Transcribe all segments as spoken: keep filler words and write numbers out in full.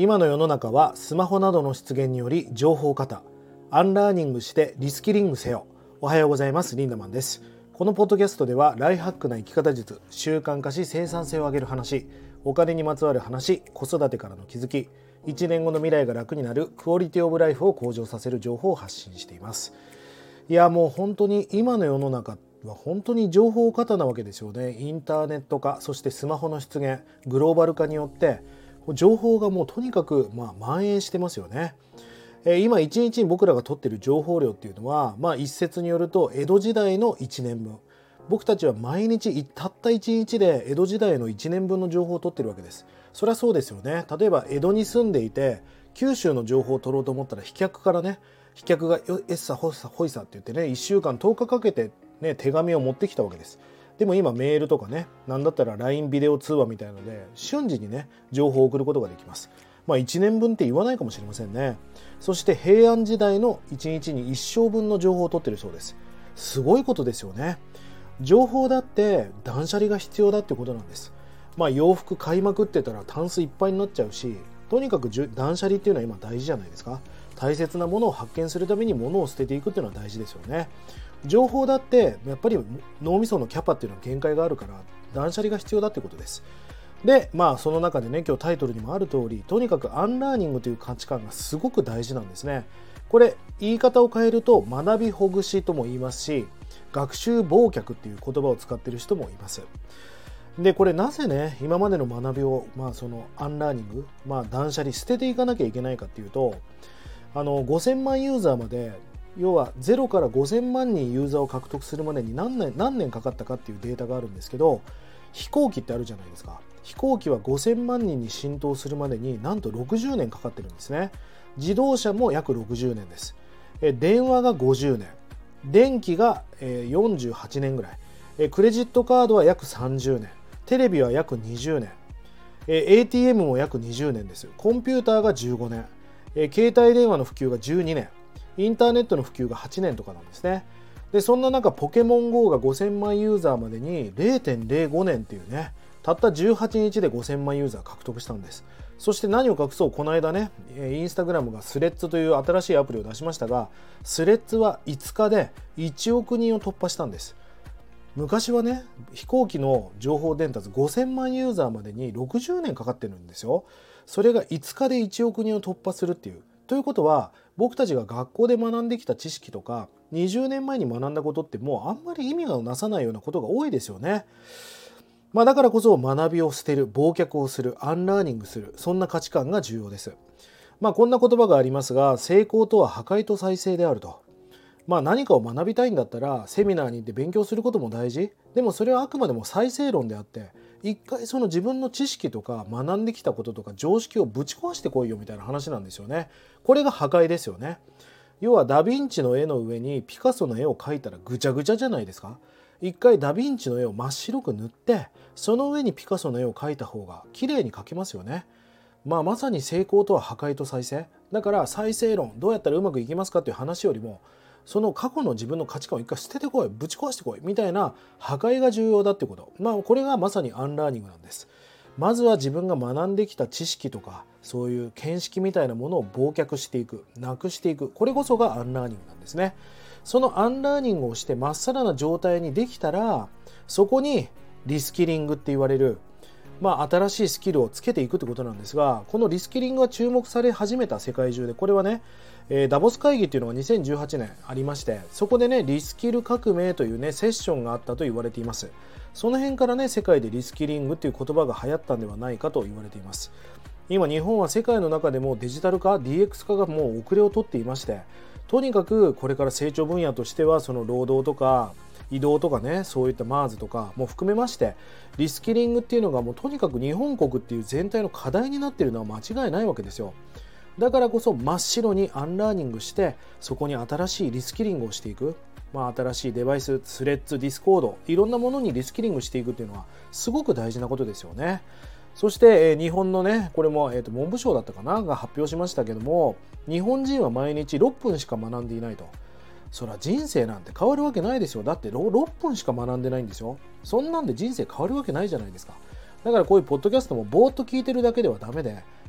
今の世の中はスマホなどの出現により情報過多、アンラーニングしてリスキリングせよ。おはようございます。リンダマンです。このポッドキャストではライフハックな生き方術、習慣化し生産性を上げる話、お金にまつわる話、子育てからの気づき、いちねんごの未来が楽になるクオリティオブライフを向上させる情報を発信しています。いやもう本当に今の世の中は本当に情報過多なわけですよね。インターネット化、そしてスマホの出現、グローバル化によって情報がもうとにかくまあ蔓延してますよね。今いちにちに僕らが取っている情報量っていうのは、まあ一説によると江戸時代のいちねんぶん、僕たちは毎日たったいちにちで江戸時代のいちねんぶんの情報を取ってるわけです。そりゃそうですよね。例えば江戸に住んでいて九州の情報を取ろうと思ったら飛脚からね、飛脚がエッサホイサホイサって言ってね、いっしゅうかんとおかかけてね手紙を持ってきたわけです。でも今メールとかね、なんだったら ライン ビデオ通話みたいなので瞬時にね情報を送ることができます。まあいちねんぶんって言わないかもしれませんね。そして平安時代のいちにちに一生分の情報を取っているそうです。すごいことですよね。情報だって断捨離が必要だってことなんです。まあ洋服買いまくってたらタンスいっぱいになっちゃうし、とにかく断捨離っていうのは今大事じゃないですか。大切なものを発見するために物を捨てていくっていうのは大事ですよね。情報だってやっぱり脳みそのキャパっていうのは限界があるから断捨離が必要だってことです。でまあその中でね、今日タイトルにもある通り、とにかくアンラーニングという価値観がすごく大事なんですね。これ言い方を変えると学びほぐしとも言いますし、学習忘却っていう言葉を使っている人もいます。でこれなぜね今までの学びを、まあ、そのアンラーニング、まあ、断捨離捨てていかなきゃいけないかっていうと、あのごせんまんユーザーまで、要はゼロからごせんまんにんユーザーを獲得するまでに何年何年かかったかっていうデータがあるんですけど、飛行機ってあるじゃないですか。飛行機はごせんまんにんに浸透するまでになんとろくじゅうねんかかってるんですね。自動車も約ろくじゅうねんです。え電話がごじゅうねん、電気がよんじゅうはちねんぐらい、クレジットカードは約さんじゅうねん、テレビは約にじゅうねん、 エーティーエム も約にじゅうねんです。コンピューターがじゅうごねん、携帯電話の普及がじゅうにねん、インターネットの普及がはちねんとかなんですね。でそんな中ポケモン ゴー がごせんまんユーザーまでに れいてんぜろごねんっていうね、たったじゅうはちにちでごせんまんユーザー獲得したんです。そして何を隠そう、この間ねインスタグラムがスレッズという新しいアプリを出しましたが、スレッズはいつかでいちおくにんを突破したんです。昔はね飛行機の情報伝達ごせんまんユーザーまでにろくじゅうねんかかってるんですよ。それがいつかでいちおくにんを突破するっていう。ということは僕たちが学校で学んできた知識とかにじゅうねんまえに学んだことってもうあんまり意味がなさないようなことが多いですよね。まあだからこそ学びを捨てる、忘却をする、アンラーニングする、そんな価値観が重要です。まあこんな言葉がありますが、成功とは破壊と再生であると。まあ何かを学びたいんだったらセミナーに行って勉強することも大事。でもそれはあくまでも再生論であって、一回その自分の知識とか学んできたこととか常識をぶち壊してこいよみたいな話なんですよね。これが破壊ですよね。要はダヴィンチの絵の上にピカソの絵を描いたらぐちゃぐちゃじゃないですか。一回ダヴィンチの絵を真っ白く塗ってその上にピカソの絵を描いた方が綺麗に描けますよね。まあまさに成功とは破壊と再生だから、再生論どうやったらうまくいきますかっていう話よりも、その過去の自分の価値観を一回捨ててこい、ぶち壊してこいみたいな破壊が重要だってこと。まあこれがまさにアンラーニングなんです。まずは自分が学んできた知識とかそういう見識みたいなものを忘却していく、なくしていく、これこそがアンラーニングなんですね。そのアンラーニングをしてまっさらな状態にできたら、そこにリスキリングって言われる、まあ、新しいスキルをつけていくってことなんですが、このリスキリングが注目され始めた世界中で、これはね、えー、ダボス会議っていうのがにせんじゅうはちねんありまして、そこでねリスキル革命というねセッションがあったと言われています。その辺からね世界でリスキリングっていう言葉が流行ったんではないかと言われています。今日本は世界の中でもデジタル化 ディーエックス 化がもう遅れをとっていまして、とにかくこれから成長分野としてはその労働とか移動とかね、そういったマーズとかも含めましてリスキリングっていうのがもうとにかく日本国っていう全体の課題になっているのは間違いないわけですよ。だからこそ真っ白にアンラーニングしてそこに新しいリスキリングをしていく、まあ、新しいデバイス、スレッズ、ディスコード、いろんなものにリスキリングしていくっていうのはすごく大事なことですよね。そして、えー、日本のねこれも、えーと、文部省だったかなが発表しましたけども、日本人は毎日ろっぷんしか学んでいないと。そりゃ人生なんて変わるわけないですよ。だって ろっぷんしか学んでないんですよ。そんなんで人生変わるわけないじゃないですか。だからこういうポッドキャストもぼーっと聞いてるだけではダメで、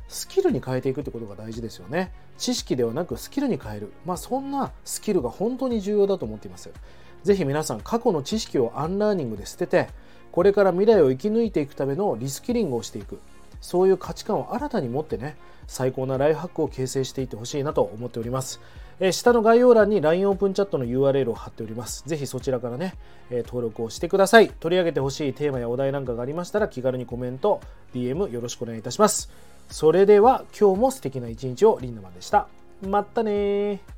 スキルに変えていくってことが大事ですよね。知識ではなくスキルに変える、まあ、そんなスキルが本当に重要だと思っています。ぜひ皆さん、過去の知識をアンラーニングで捨てて、これから未来を生き抜いていくためのリスキリングをしていく、そういう価値観を新たに持ってね、最高なライフハックを形成していってほしいなと思っております。えー、下の概要欄に ライン オープンチャットの ユーアールエル を貼っております。ぜひそちらからね、えー、登録をしてください。取り上げてほしいテーマやお題なんかがありましたら、気軽にコメント、ディーエム よろしくお願いいたします。それでは今日も素敵な一日を。リンダマンでした。またねー。